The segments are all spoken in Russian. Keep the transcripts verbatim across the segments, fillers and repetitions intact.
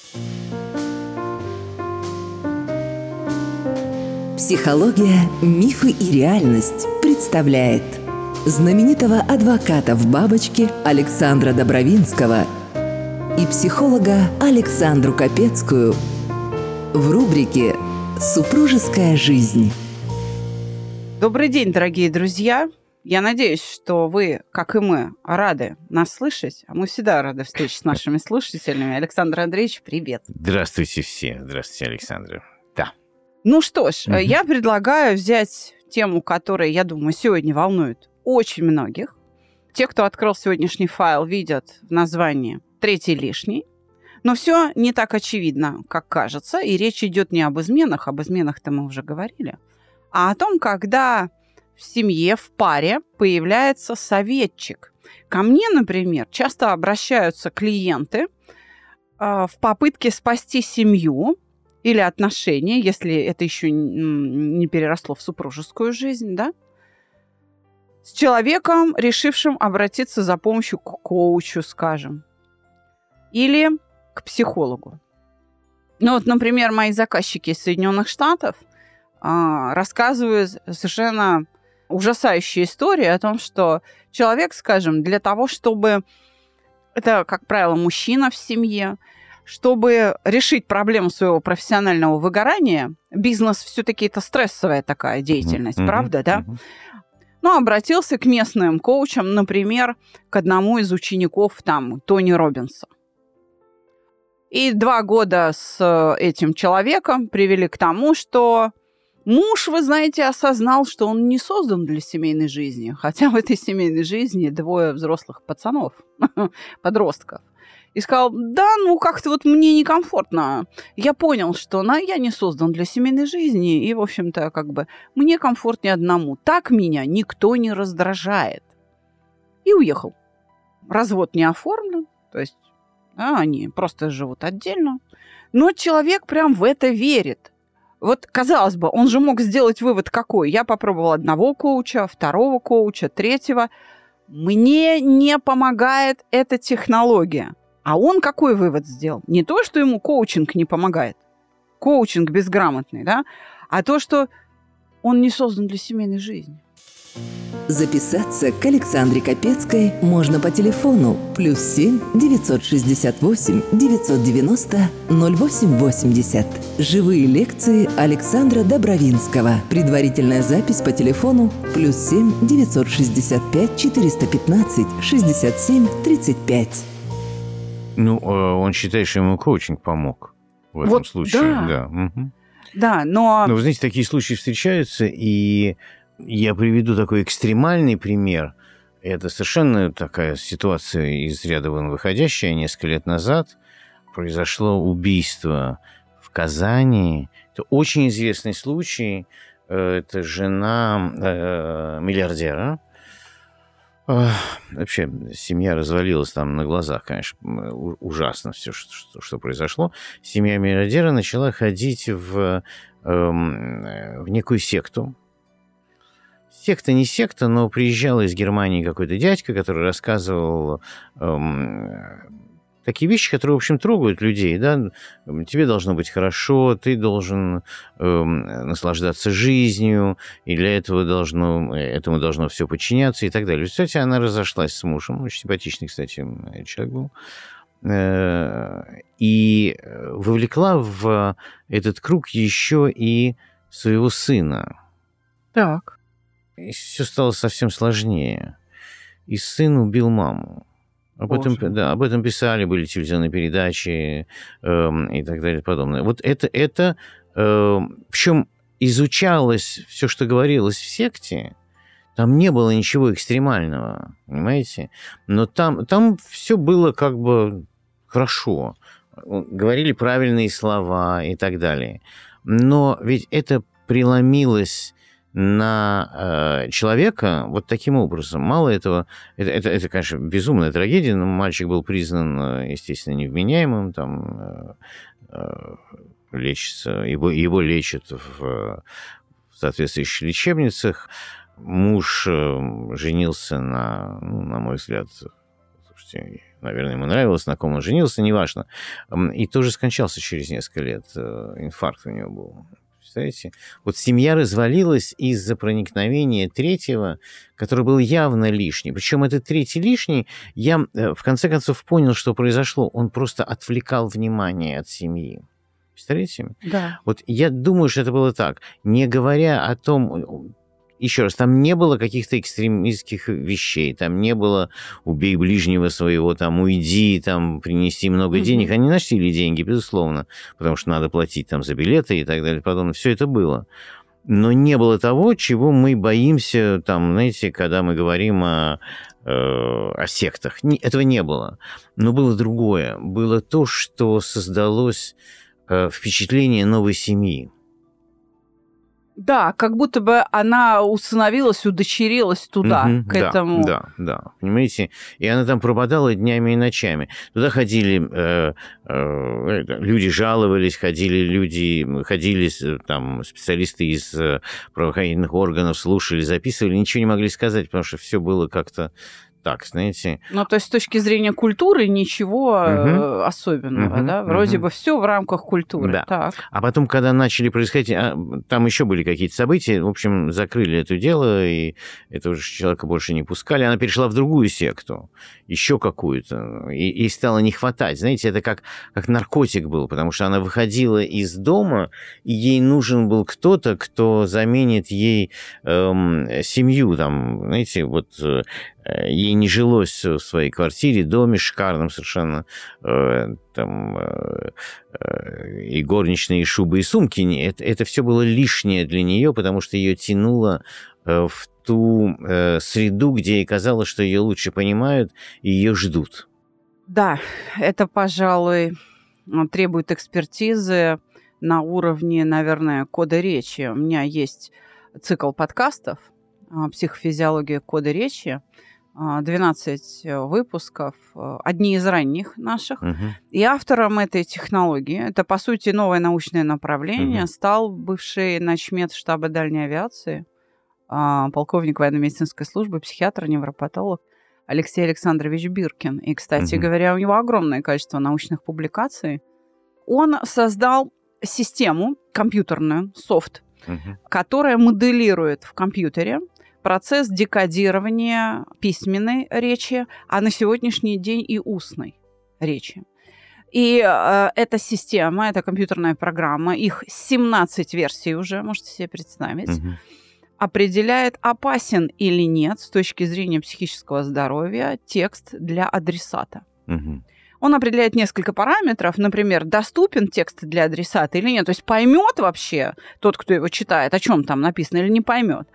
Психология, мифы и реальность представляет знаменитого адвоката в бабочке Александра Добровинского и психолога Александру Капецкую в рубрике «Супружеская жизнь». Добрый день, дорогие друзья! Я надеюсь, что вы, как и мы, рады нас слышать. А мы всегда рады встрече с нашими слушателями. Александр Андреевич, привет! Здравствуйте все! Здравствуйте, Александра! Да. Ну что ж, Мгм. я предлагаю взять тему, которая, я думаю, сегодня волнует очень многих. Те, кто открыл сегодняшний файл, видят в названии «Третий лишний». Но все не так очевидно, как кажется. И речь идет не об изменах, об изменах-то мы уже говорили, а о том, когда в семье, в паре появляется советчик. Ко мне, например, часто обращаются клиенты э, в попытке спасти семью или отношения, если это еще н- не переросло в супружескую жизнь, да, с человеком, решившим обратиться за помощью к коучу, скажем, или к психологу. Ну вот, например, мои заказчики из Соединенных Штатов а, рассказывают совершенно ужасающие истории о том, что человек, скажем, для того, чтобы... Это, как правило, мужчина в семье, чтобы решить проблему своего профессионального выгорания, бизнес все-таки это стрессовая такая деятельность, Мгм, правда, да? мгм. Ну, обратился к местным коучам, например, к одному из учеников там Тони Роббинса. И два года с э, этим человеком привели к тому, что муж, вы знаете, осознал, что он не создан для семейной жизни, хотя в этой семейной жизни двое взрослых пацанов, подростков. И сказал, да, ну как-то вот мне некомфортно. Я понял, что на, я не создан для семейной жизни, и, в общем-то, как бы мне комфортнее одному. Так меня никто не раздражает. И уехал. Развод не оформлен, то есть а, они просто живут отдельно. Но человек прям в это верит. Вот, казалось бы, он же мог сделать вывод какой? Я попробовал одного коуча, второго коуча, третьего. Мне не помогает эта технология. А он какой вывод сделал? Не то, что ему коучинг не помогает, коучинг безграмотный, да, а то, что он не создан для семейной жизни. Записаться к Александре Капецкой можно по телефону плюс семь девятьсот шестьдесят восемь девятьсот девяносто ноль восемь восемьдесят. Живые лекции Александра Добровинского. Предварительная запись по телефону плюс семь девятьсот шестьдесят пять четыреста пятнадцать шестьдесят семь тридцать пять. Ну, э, он считает, что ему коучинг помог в этом Вот случае. да. Да. Мгм. Да, но... Но, вы знаете, такие случаи встречаются, и я приведу такой экстремальный пример. Это совершенно такая ситуация из ряда вон выходящая. Несколько лет назад произошло убийство в Казани. Это очень известный случай. Э, Это жена э, миллиардера. Ах, Вообще, семья развалилась там на глазах, конечно, у- ужасно все, что, что- что произошло. Семья миллиардера начала ходить в, эм, э, в некую секту. Секта не секта, но приезжал из Германии какой-то дядька, который рассказывал эм, э, такие вещи, которые, в общем, трогают людей, да. Тебе должно быть хорошо, ты должен эм, наслаждаться жизнью, и для этого должно, этому должно все подчиняться и так далее. Кстати, она разошлась с мужем, очень симпатичный, кстати, человек был, Э, и вовлекла в этот круг еще и своего сына. Так. И все стало совсем сложнее. И сын убил маму. Об этом, Боже. да, об этом писали, были телевизионные передачи эм, и так далее и подобное. Вот это, это эм, в чем изучалось все, что говорилось в секте, там не было ничего экстремального, понимаете? Но там, там все было как бы хорошо. Говорили правильные слова и так далее. Но ведь это преломилось на э, человека вот таким образом. Мало этого, это, это, это, конечно, безумная трагедия, но мальчик был признан, естественно, невменяемым, там э, э, лечится, его, его лечат в, в соответствующих лечебницах. Муж э, женился на, ну, на мой взгляд, Слушайте, наверное, ему нравилось, на ком он женился, неважно. И тоже скончался через несколько лет. Инфаркт у него был. Представляете? Вот семья развалилась из-за проникновения третьего, который был явно лишний. Причем этот третий лишний, я в конце концов понял, что произошло. Он просто отвлекал внимание от семьи. Представляете? Да. Вот я думаю, что это было так. Не говоря о том... Еще раз, там не было каких-то экстремистских вещей, там не было «убей ближнего своего», там «уйди», там «принеси много mm-hmm. денег». Они носили деньги, безусловно, потому что надо платить там за билеты и так далее, подобное. Все это было. Но не было того, чего мы боимся, там, знаете, когда мы говорим о, э, о сектах. Не, этого не было. Но было другое. Было то, что создалось э, впечатление новой семьи. Да, как будто бы она усыновилась, удочерилась туда, угу, к да, этому. Да, да, понимаете? И она там пропадала днями и ночами. Туда ходили, э, э, люди жаловались, ходили люди, ходили там специалисты из правоохранительных органов, слушали, записывали, ничего не могли сказать, потому что все было как-то так, знаете. Ну, то есть с точки зрения культуры ничего угу. особенного, угу. да? Вроде угу. бы все в рамках культуры. Да. Так. А потом, когда начали происходить, а, там еще были какие-то события, в общем, закрыли это дело, и этого же человека больше не пускали. Она перешла в другую секту, еще какую-то, и, и стало не хватать. Знаете, это как, как наркотик был, потому что она выходила из дома, и ей нужен был кто-то, кто заменит ей эм, семью, там, знаете, вот... Ей не жилось в своей квартире, доме шикарном совершенно, э, там э, э, и горничные, и шубы, и сумки. Это, это все было лишнее для нее, потому что ее тянуло э, в ту э, среду, где ей казалось, что ее лучше понимают и ее ждут. Да, это, пожалуй, требует экспертизы на уровне, наверное, кода речи. У меня есть цикл подкастов «Психофизиология кода речи», двенадцать выпусков, одни из ранних наших. Uh-huh. И автором этой технологии, это, по сути, новое научное направление, uh-huh. стал бывший начмед штаба дальней авиации, полковник военно-медицинской службы, психиатр, невропатолог Алексей Александрович Биркин. И, кстати uh-huh. говоря, у него огромное количество научных публикаций. Он создал систему компьютерную, софт, uh-huh. которая моделирует в компьютере процесс декодирования письменной речи, а на сегодняшний день и устной речи. И э, эта система, эта компьютерная программа, их семнадцать версий уже, можете себе представить, угу. определяет, опасен или нет с точки зрения психического здоровья текст для адресата. Угу. Он определяет несколько параметров, например, доступен текст для адресата или нет, то есть поймет вообще тот, кто его читает, о чем там написано, или не поймет.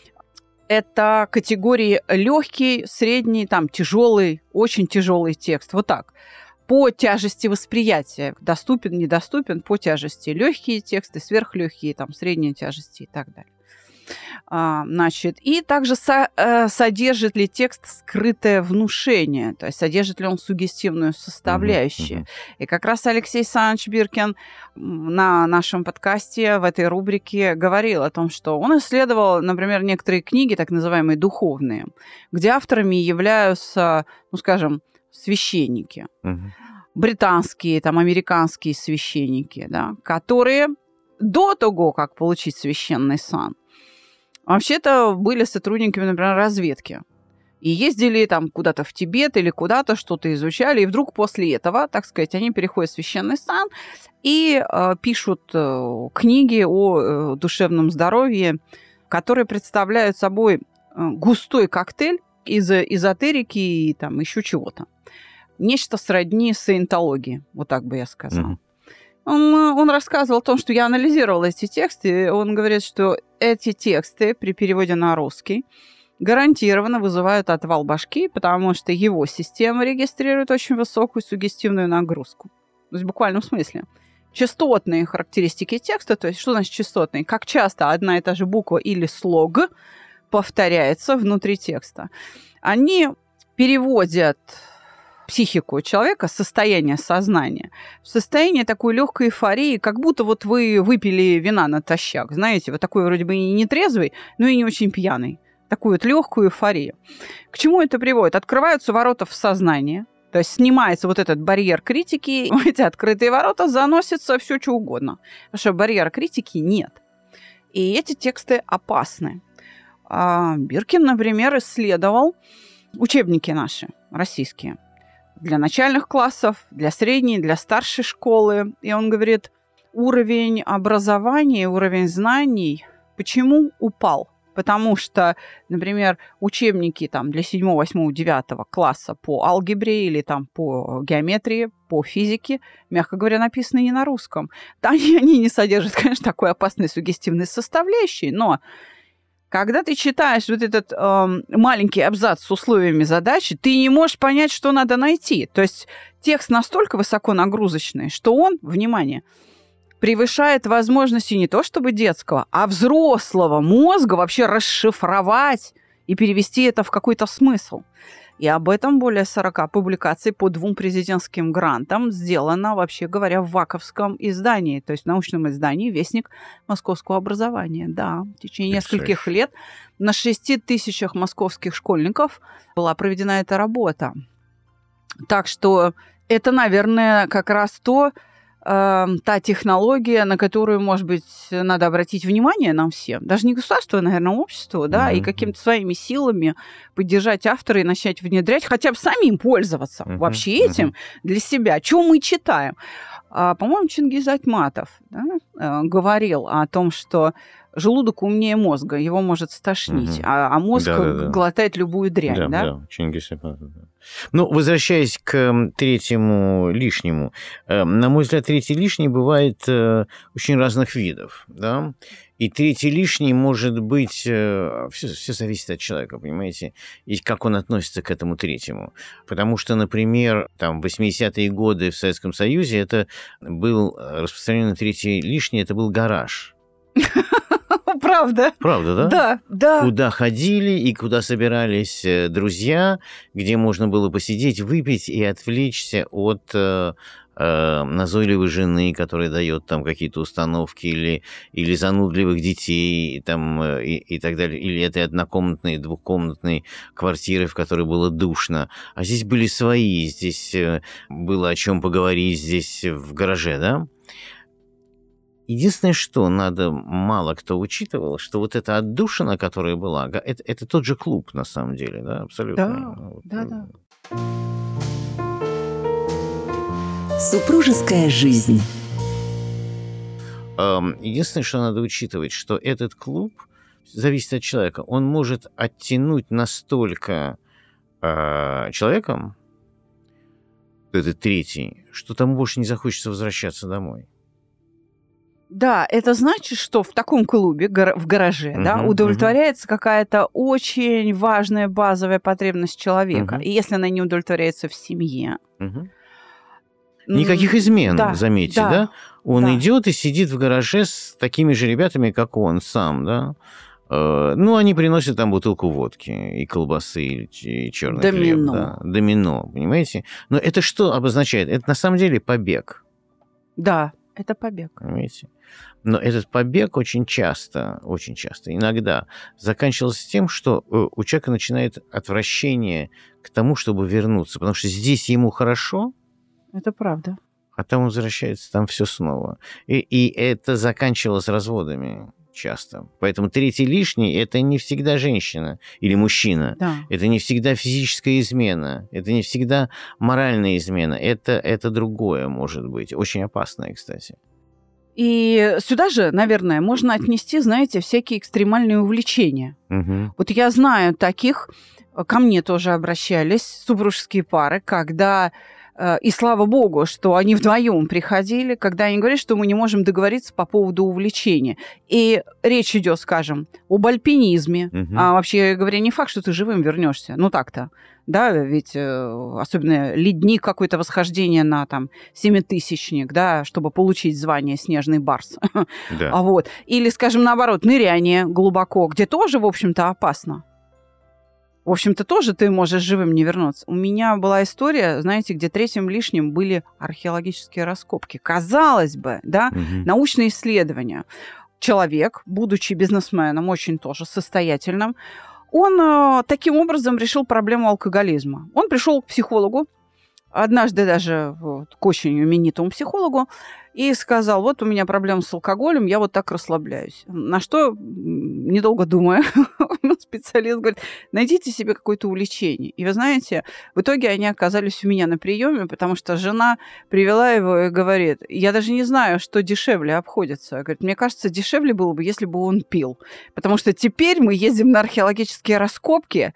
Это категории легкий, средний, там, тяжелый, очень тяжелый текст. Вот так. По тяжести восприятия. Доступен, недоступен, по тяжести. Легкие тексты, сверхлегкие, там, средней тяжести и так далее. А, значит, и также со, э, содержит ли текст скрытое внушение, то есть содержит ли он суггестивную составляющую. Uh-huh, uh-huh. И как раз Алексей Александрович Биркин на нашем подкасте в этой рубрике говорил о том, что он исследовал, например, некоторые книги, так называемые духовные, где авторами являются, ну, скажем, священники, uh-huh. британские, там, американские священники, да, которые до того, как получить священный сан, вообще-то были сотрудниками, например, разведки. И ездили там куда-то в Тибет или куда-то, что-то изучали. И вдруг после этого, так сказать, они переходят в священный сан и э, пишут э, книги о э, душевном здоровье, которые представляют собой э, густой коктейль из эзотерики и там еще чего-то. Нечто сродни саентологии, вот так бы я сказала. Mm-hmm. Он, он рассказывал о том, что я анализировала эти тексты, и он говорит, что эти тексты при переводе на русский гарантированно вызывают отвал башки, потому что его система регистрирует очень высокую суггестивную нагрузку. То есть в буквальном смысле. Частотные характеристики текста, то есть что значит частотные? Как часто одна и та же буква или слог повторяется внутри текста. Они переводят психику человека, состояние сознания, в состояние такой легкой эйфории, как будто вот вы выпили вина натощак, знаете, вот такой вроде бы и не трезвый, но и не очень пьяный. такую вот легкую эйфорию. К чему это приводит? Открываются ворота в сознание, то есть снимается вот этот барьер критики, в эти открытые ворота заносится все, что угодно. Потому что барьера критики нет. И эти тексты опасны. Биркин, например, исследовал учебники наши, российские, для начальных классов, для средней, для старшей школы. И он говорит, уровень образования, уровень знаний, почему упал? Потому что, например, учебники там, для седьмого, восьмого, девятого класса по алгебре или там, по геометрии, по физике, мягко говоря, написаны не на русском. Да, они, они не содержат, конечно, такой опасной суггестивной составляющей, но когда ты читаешь вот этот э, маленький абзац с условиями задачи, ты не можешь понять, что надо найти. То есть текст настолько высоконагрузочный, что он, внимание, превышает возможности не то чтобы детского, а взрослого мозга вообще расшифровать и перевести это в какой-то смысл. И об этом более сорока публикаций по двум президентским грантам сделано, вообще говоря, в ваковском издании, то есть в научном издании «Вестник московского образования». Да, в течение нескольких лет на шести тысячах московских школьников была проведена эта работа. Так что это, наверное, как раз то, та технология, на которую, может быть, надо обратить внимание нам всем, даже не государству, а, наверное, обществу, да, mm-hmm. и какими-то своими силами поддержать автора и начать внедрять, хотя бы самим пользоваться mm-hmm. вообще этим mm-hmm. для себя. Чего мы читаем? А, по-моему, Чингиз Айтматов, да, говорил о том, что желудок умнее мозга, его может стошнить, угу. а, а мозг да, да, да. глотает любую дрянь. Да, да? Да, Чингиз Айтматов. Да. Ну, возвращаясь к третьему лишнему. На мой взгляд, третий лишний бывает очень разных видов. Да? И третий лишний может быть... Все, все зависит от человека, понимаете? И как он относится к этому третьему. Потому что, например, там, в восьмидесятые годы в Советском Союзе это был распространенный третий лишний, это был гараж. Правда. Правда, да? Да, да. Куда ходили и куда собирались друзья, где можно было посидеть, выпить и отвлечься от э, э, назойливой жены, которая дает там какие-то установки, или, или занудливых детей, там, и, и так далее, или этой однокомнатной, двухкомнатной квартиры, в которой было душно. А здесь были свои, здесь было о чем поговорить, здесь в гараже, да? Единственное, что надо, мало кто учитывал, что вот эта отдушина, которая была, это, это тот же клуб, на самом деле, да, абсолютно. Да, вот. да, да. Супружеская жизнь. Единственное, что надо учитывать, что этот клуб зависит от человека. Он может оттянуть настолько э, человеком, этот третий, что тому больше не захочется возвращаться домой. Да, это значит, что в таком клубе, в гараже, uh-huh, да, удовлетворяется uh-huh. какая-то очень важная базовая потребность человека. Uh-huh. И если она не удовлетворяется в семье... Uh-huh. Никаких измен, да, заметьте, да? да? Он да. идет и сидит в гараже с такими же ребятами, как он сам, да? Ну, они приносят там бутылку водки и колбасы, и черный хлеб. Да. Домино, понимаете? Но это что обозначает? Это на самом деле побег. Да, это побег. Понимаете? Но этот побег очень часто, очень часто, иногда заканчивался тем, что у человека начинает отвращение к тому, чтобы вернуться. Потому что здесь ему хорошо. Это правда. А там он возвращается, там все снова. И, и это заканчивалось разводами часто. Поэтому третий лишний – это не всегда женщина или мужчина. Да. Это не всегда физическая измена. Это не всегда моральная измена. Это, это другое может быть. Очень опасное, кстати. И сюда же, наверное, можно отнести, знаете, всякие экстремальные увлечения. Угу. Вот я знаю таких, ко мне тоже обращались супружеские пары, когда... И слава богу, что они вдвоем приходили, когда они говорят, что мы не можем договориться по поводу увлечения. И речь идет, скажем, об альпинизме. Угу. А вообще говоря, не факт, что ты живым вернешься. Ну так-то. Да, ведь особенно ледник, какое-то восхождение на там семитысячник, да, чтобы получить звание снежный барс. Да. А вот. Или, скажем, наоборот, ныряние глубоко, где тоже, в общем-то, опасно. В общем-то, тоже ты можешь живым не вернуться. У меня была история, знаете, где третьим лишним были археологические раскопки. Казалось бы, да, угу. научные исследования. Человек, будучи бизнесменом, очень тоже состоятельным, он э, таким образом решил проблему алкоголизма. Он пришел к психологу, однажды даже вот, к очень именитому психологу, и сказал, вот у меня проблема с алкоголем, я вот так расслабляюсь. На что, недолго думая, специалист говорит, найдите себе какое-то увлечение. И вы знаете, в итоге они оказались у меня на приеме, потому что жена привела его и говорит, я даже не знаю, что дешевле обходится. Говорит, мне кажется, дешевле было бы, если бы он пил. Потому что теперь мы ездим на археологические раскопки.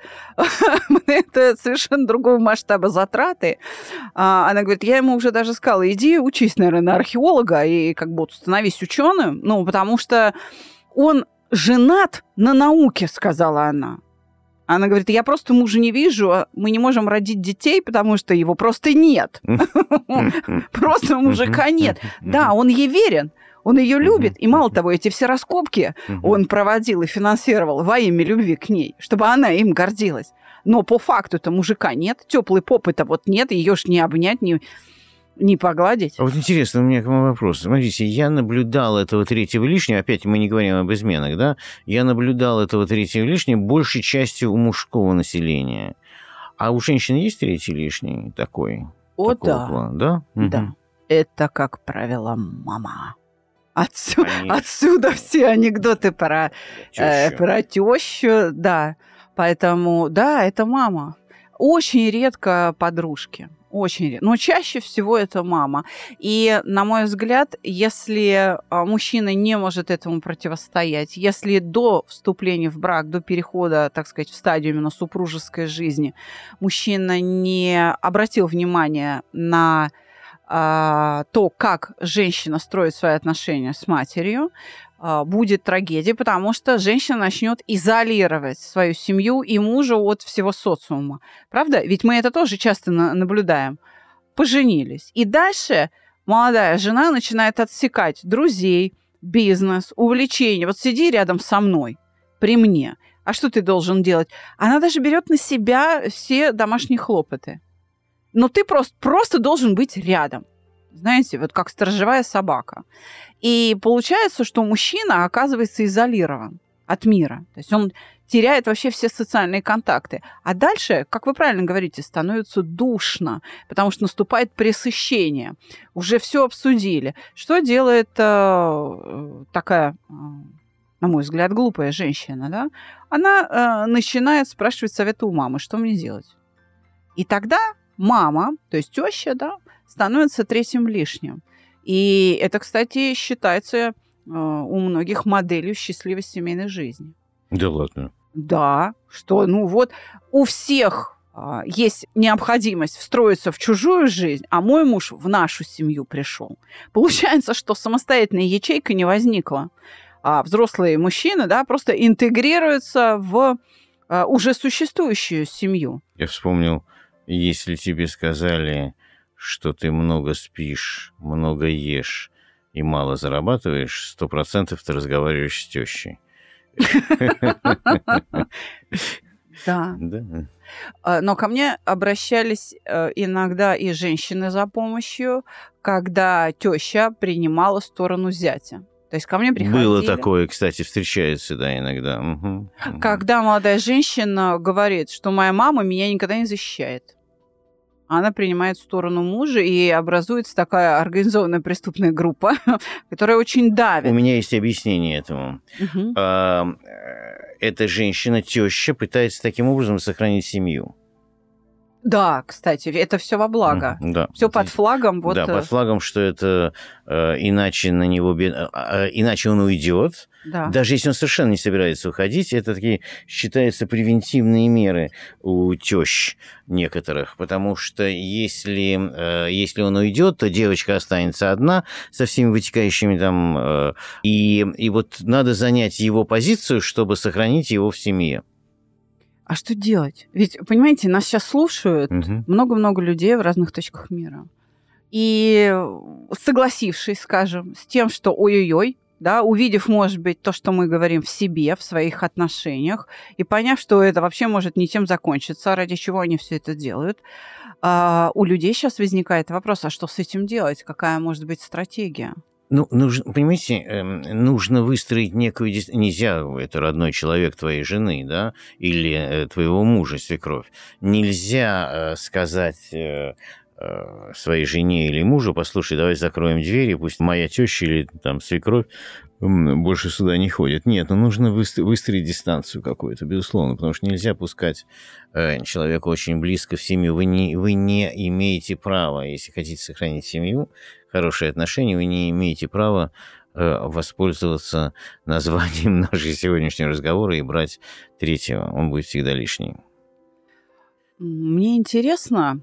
Это совершенно другого масштаба затраты. Она говорит, я ему уже даже сказала, иди учись, наверное, на археолога и как бы становись ученым, ну, потому что он женат на науке, сказала она. Она говорит, я просто мужа не вижу, мы не можем родить детей, потому что его просто нет. Просто мужика нет. Да, он ей верен, он ее любит, и мало того, эти все раскопки он проводил и финансировал во имя любви к ней, чтобы она им гордилась. Но по факту-то мужика нет, теплой попы-то вот нет, ее ж не обнять, не... Не погладить? А вот интересно, у меня к вам вопрос. Смотрите, я наблюдал этого третьего лишнего, опять мы не говорим об изменах, да? Я наблюдал этого третьего лишнего большей частью у мужского населения. А у женщин есть третий лишний такой? О, да. Плана, да? Да. Угу. Это, как правило, мама. Отсю... Отсюда все анекдоты про тещу. Э, про тещу, да. Поэтому, да, это мама. Очень редко подружки. Очень редко. Но чаще всего это мама. И, на мой взгляд, если мужчина не может этому противостоять, если до вступления в брак, до перехода, так сказать, в стадию именно супружеской жизни, мужчина не обратил внимания на а, то, как женщина строит свои отношения с матерью, будет трагедия, потому что женщина начнет изолировать свою семью и мужа от всего социума. Правда? Ведь мы это тоже часто на- наблюдаем. Поженились. И дальше молодая жена начинает отсекать друзей, бизнес, увлечения. Вот сиди рядом со мной, при мне. А что ты должен делать? Она даже берет на себя все домашние хлопоты. Но ты просто, просто должен быть рядом. Знаете, вот как сторожевая собака. И получается, что мужчина оказывается изолирован от мира. То есть он теряет вообще все социальные контакты. А дальше, как вы правильно говорите, становится душно, потому что наступает пресыщение. Уже все обсудили. Что делает э, такая, э, на мой взгляд, глупая женщина? Да? Она э, начинает спрашивать совета у мамы, что мне делать. И тогда мама, то есть теща, да, становится третьим лишним. И это, кстати, считается э, у многих моделью счастливой семейной жизни. Да ладно? Да, что, ну вот, у всех э, есть необходимость встроиться в чужую жизнь, а мой муж в нашу семью пришел. Получается, что самостоятельная ячейка не возникла. А взрослые мужчины, да, просто интегрируются в э, уже существующую семью. Я вспомнил, если тебе сказали, что ты много спишь, много ешь и мало зарабатываешь, сто процентов ты разговариваешь с тещей. Да. Но ко мне обращались иногда и женщины за помощью, когда теща принимала сторону зятя. То есть ко мне приходили... Было такое, кстати, встречается, да, иногда. Угу. Когда молодая женщина говорит, что моя мама меня никогда не защищает. Она принимает сторону мужа, и образуется такая организованная преступная группа, которая очень давит. У меня есть объяснение этому. Угу. Эта женщина, теща, пытается таким образом сохранить семью. Да, кстати, это все во благо. Да. Все под флагом. Вот... Да, под флагом, что это э, иначе на него э, иначе он уйдет. Да. Даже если он совершенно не собирается уходить, это такие считаются превентивные меры у тещ некоторых, потому что если, э, если он уйдет, то девочка останется одна со всеми вытекающими там, э, и, и вот надо занять его позицию, чтобы сохранить его в семье. А что делать? Ведь, понимаете, нас сейчас слушают угу. много-много людей в разных точках мира. И согласившись, скажем, с тем, что ой-ой-ой, да, увидев, может быть, то, что мы говорим в себе, в своих отношениях, и поняв, что это вообще может не тем закончиться, ради чего они все это делают, а у людей сейчас возникает вопрос, а что с этим делать? Какая может быть стратегия? Ну, нужно, понимаете, нужно выстроить некую... Нельзя, это родной человек твоей жены, да, или твоего мужа, свекровь. Нельзя сказать своей жене или мужу: послушай, давай закроем двери, пусть моя теща или там свекровь больше сюда не ходит. Нет, ну нужно выстроить дистанцию какую-то, безусловно, потому что нельзя пускать человека очень близко в семью. Вы не, вы не имеете права, если хотите сохранить семью, хорошие отношения, вы не имеете права воспользоваться названием нашего сегодняшнего разговора и брать третьего. Он будет всегда лишний. Мне интересно,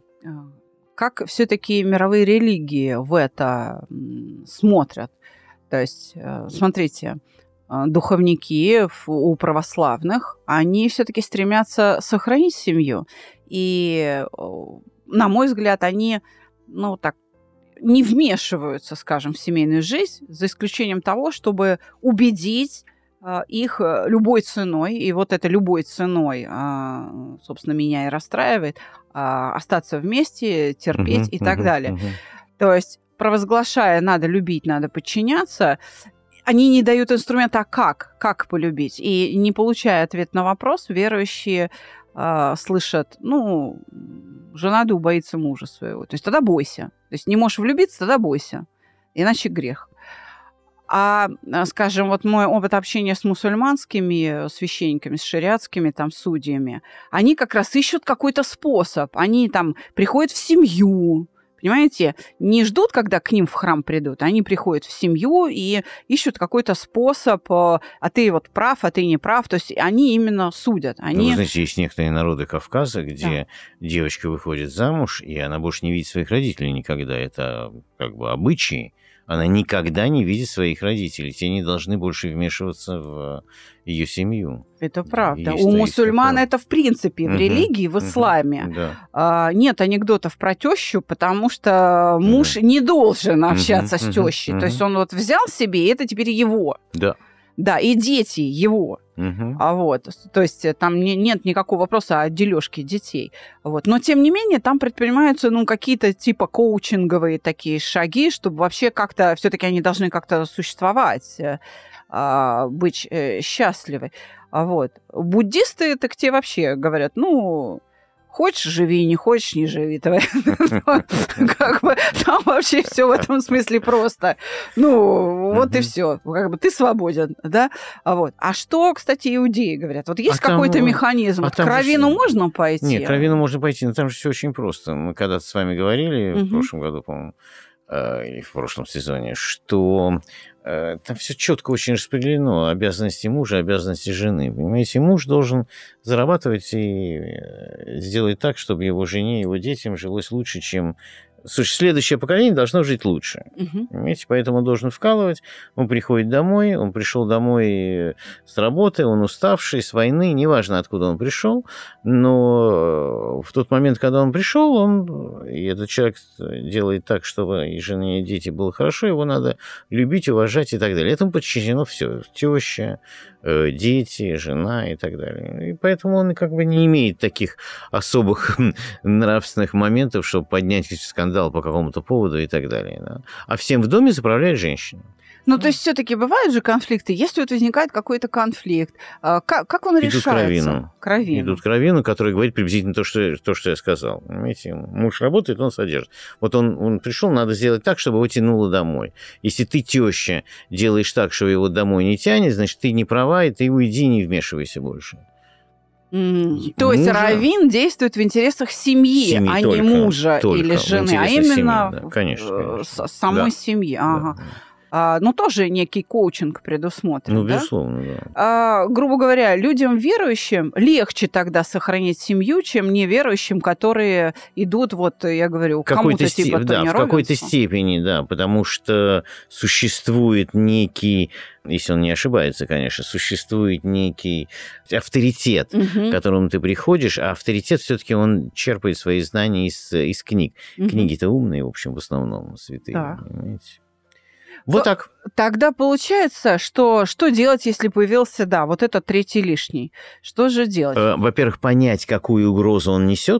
как все-таки мировые религии в это смотрят. То есть, смотрите, духовники у православных, они все-таки стремятся сохранить семью. И, на мой взгляд, они, ну, так, не вмешиваются, скажем, в семейную жизнь, за исключением того, чтобы убедить их любой ценой, и вот это любой ценой, собственно, меня и расстраивает, остаться вместе, терпеть uh-huh, и так uh-huh, далее. Uh-huh. То есть, провозглашая «надо любить, надо подчиняться», они не дают инструмента «а как?», как полюбить. И не получая ответ на вопрос, верующие э, слышат: ну, жена да убоится мужа своего. То есть тогда бойся. То есть не можешь влюбиться, тогда бойся. Иначе грех. А, скажем, вот мой опыт общения с мусульманскими священниками, с шариатскими там судьями, они как раз ищут какой-то способ. Они там приходят в семью, понимаете, не ждут, когда к ним в храм придут, они приходят в семью и ищут какой-то способ, а ты вот прав, а ты не прав, то есть они именно судят. Они... Ну, вы знаете, есть некоторые народы Кавказа, где да. девочка выходит замуж, и она больше не видит своих родителей никогда, это как бы обычаи. Она никогда не видит своих родителей. Те не должны больше вмешиваться в ее семью. Это правда. У мусульман это в принципе в религии, в исламе. Да. А, нет анекдотов про тещу, потому что муж не должен общаться с тещей. То есть он вот взял себе, и это теперь его. Да. Да, и дети его. Угу. А вот, то есть там не, нет никакого вопроса о дележке детей. Вот. Но, тем не менее, там предпринимаются ну, какие-то типа коучинговые такие шаги, чтобы вообще как-то, все-таки они должны как-то существовать, э, быть э, счастливы. А вот. Буддисты так те вообще говорят: ну... хочешь — живи, не хочешь — не живи. Как бы там вообще все в этом смысле просто. Ну, вот и все. Как бы ты свободен, да? А что, кстати, иудеи говорят? Вот есть какой-то механизм. К раввину можно пойти? Нет, к раввину можно пойти, но там же все очень просто. Мы когда-то с вами говорили в прошлом году, по-моему, или в прошлом сезоне, что там все четко очень распределено. Обязанности мужа, обязанности жены. Понимаете, муж должен зарабатывать и сделать так, чтобы его жене, его детям жилось лучше, чем... Слушай, следующее поколение должно жить лучше. Угу. Понимаете, поэтому он должен вкалывать. Он приходит домой, он пришел домой с работы, он уставший, с войны, неважно, откуда он пришел, но в тот момент, когда он пришел, он, и этот человек делает так, чтобы и жене, и дети было хорошо, его надо любить, уважать и так далее. Этому подчинено все. Теща, дети, жена и так далее. И поэтому он как бы не имеет таких особых нравственных моментов, чтобы поднять скандал по какому-то поводу и так далее. Да. А всем в доме заправляет женщина. Ну, то есть все-таки бывают же конфликты. Если вот возникает какой-то конфликт, как, как он Идут решается? К раввину. К раввину. Идут к раввину, который говорит приблизительно то, что, то, что я сказал. Понимаете, муж работает, он содержит. Вот он, он пришел, надо сделать так, чтобы его тянуло домой. Если ты, теща, делаешь так, что его домой не тянет, значит, ты не права, и ты уйди, не вмешивайся больше. Mm. То есть раввин действует в интересах семьи, семьи а только, не мужа или жены, а именно семьи, да. конечно, конечно. самой да. семьи. Ага. Да. А, ну, тоже некий коучинг предусмотрен. Ну, да? безусловно, да. А, грубо говоря, людям верующим легче тогда сохранить семью, чем неверующим, которые идут, вот, я говорю, кому-то степ... типа да, Тони в какой-то степени, да, потому что существует некий, если он не ошибается, конечно, существует некий авторитет, угу. к которому ты приходишь, а авторитет все-таки он черпает свои знания из, из книг. Угу. Книги-то умные, в общем, в основном, святые, да. понимаете? Вот так. Тогда получается, что что делать, если появился, да, вот этот третий лишний? Что же делать? Во-первых, понять, какую угрозу он несет.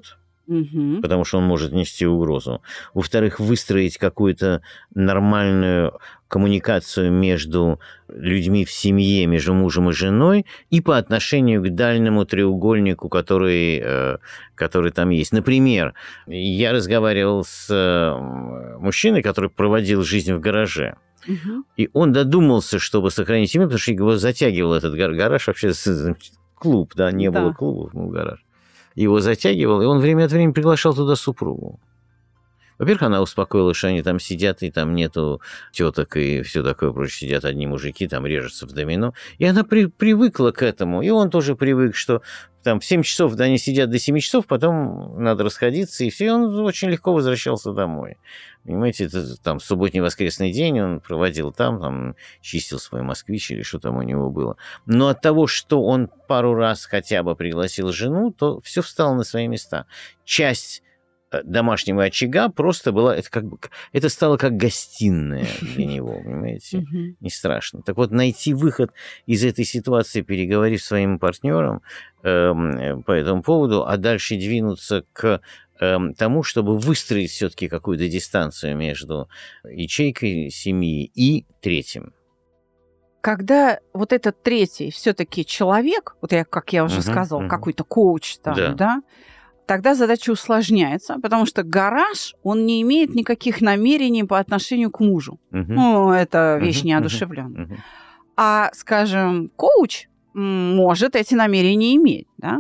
Угу. потому что он может нести угрозу. Во-вторых, выстроить какую-то нормальную коммуникацию между людьми в семье, между мужем и женой, и по отношению к дальнему треугольнику, который, э, который там есть. Например, я разговаривал с э, мужчиной, который проводил жизнь в гараже. Угу. И он додумался, чтобы сохранить семью, потому что его затягивал этот гараж, вообще клуб, да, не Да. было клубов, был гараж. Его затягивал, и он время от времени приглашал туда супругу. Во-первых, она успокоилась, что они там сидят, и там нету теток и все такое прочее. Сидят одни мужики, там режутся в домино. И она при, привыкла к этому. И он тоже привык, что там в семь часов да, они сидят до семи часов, потом надо расходиться, и все. И он очень легко возвращался домой. Понимаете, это там субботний-воскресный день он проводил там, там чистил свой москвич или что там у него было. Но от того, что он пару раз хотя бы пригласил жену, то все встало на свои места. Часть домашнего очага просто была, это как бы, это стало как гостиная для него, понимаете? Не страшно. Так вот, найти выход из этой ситуации, переговорив с своим партнером э, по этому поводу, а дальше двинуться к э, тому, чтобы выстроить все-таки какую-то дистанцию между ячейкой семьи и третьим. Когда вот этот третий все-таки человек, вот я, как я уже Мгм, сказала, мгм. какой-то коуч там, Да. да, тогда задача усложняется, потому что гараж, он не имеет никаких намерений по отношению к мужу. Мгм, Ну, это мгм, вещь мгм, неодушевленная. мгм. А, скажем, коуч м, может эти намерения иметь, да?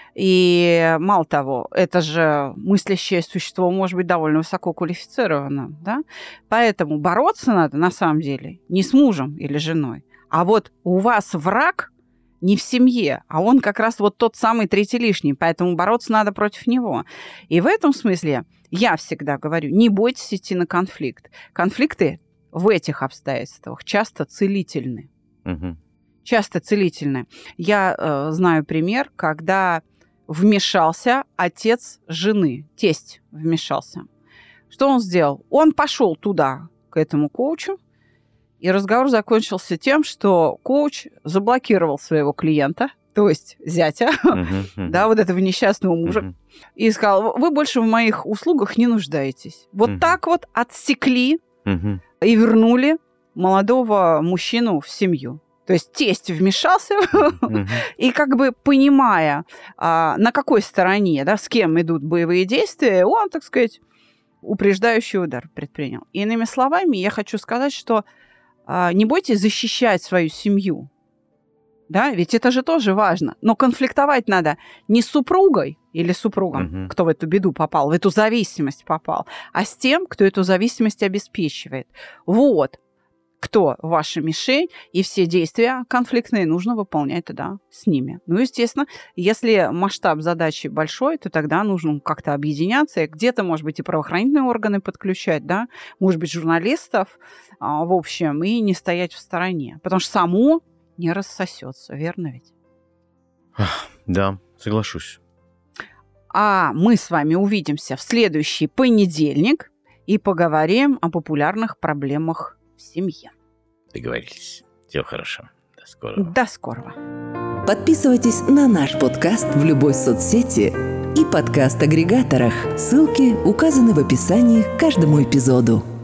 И мало того, это же мыслящее существо может быть довольно высоко квалифицировано, да? Поэтому бороться надо на самом деле не с мужем или женой, а вот у вас враг не в семье, а он как раз вот тот самый третий лишний, поэтому бороться надо против него. И в этом смысле я всегда говорю, не бойтесь идти на конфликт. Конфликты в этих обстоятельствах часто целительны. Мгм. Часто целительны. Я э, знаю пример, когда вмешался отец жены, тесть вмешался. Что он сделал? Он пошел туда, к этому коучу, и разговор закончился тем, что коуч заблокировал своего клиента, то есть зятя, Мгм, мгм. да, вот этого несчастного мужа, Мгм. и сказал, вы больше в моих услугах не нуждаетесь. Вот Мгм. так вот отсекли Мгм. и вернули молодого мужчину в семью. То есть тесть вмешался, Мгм. и как бы понимая, а, на какой стороне, да, с кем идут боевые действия, он, так сказать, упреждающий удар предпринял. Иными словами, я хочу сказать, что а, не бойтесь защищать свою семью. Да, ведь это же тоже важно. Но конфликтовать надо не с супругой или супругом, Мгм. кто в эту беду попал, в эту зависимость попал, а с тем, кто эту зависимость обеспечивает. Вот кто ваша мишень, и все действия конфликтные нужно выполнять тогда с ними. Ну, естественно, если масштаб задачи большой, то тогда нужно как-то объединяться, и где-то, может быть, и правоохранительные органы подключать, да, может быть, журналистов, а, в общем, и не стоять в стороне. Потому что само не рассосется, верно ведь? Да, соглашусь. А мы с вами увидимся в следующий понедельник и поговорим о популярных проблемах в семье. Договорились. Все хорошо. До скорого. До скорого. Подписывайтесь на наш подкаст в любой соцсети и подкаст-агрегаторах. Ссылки указаны в описании к каждому эпизоду.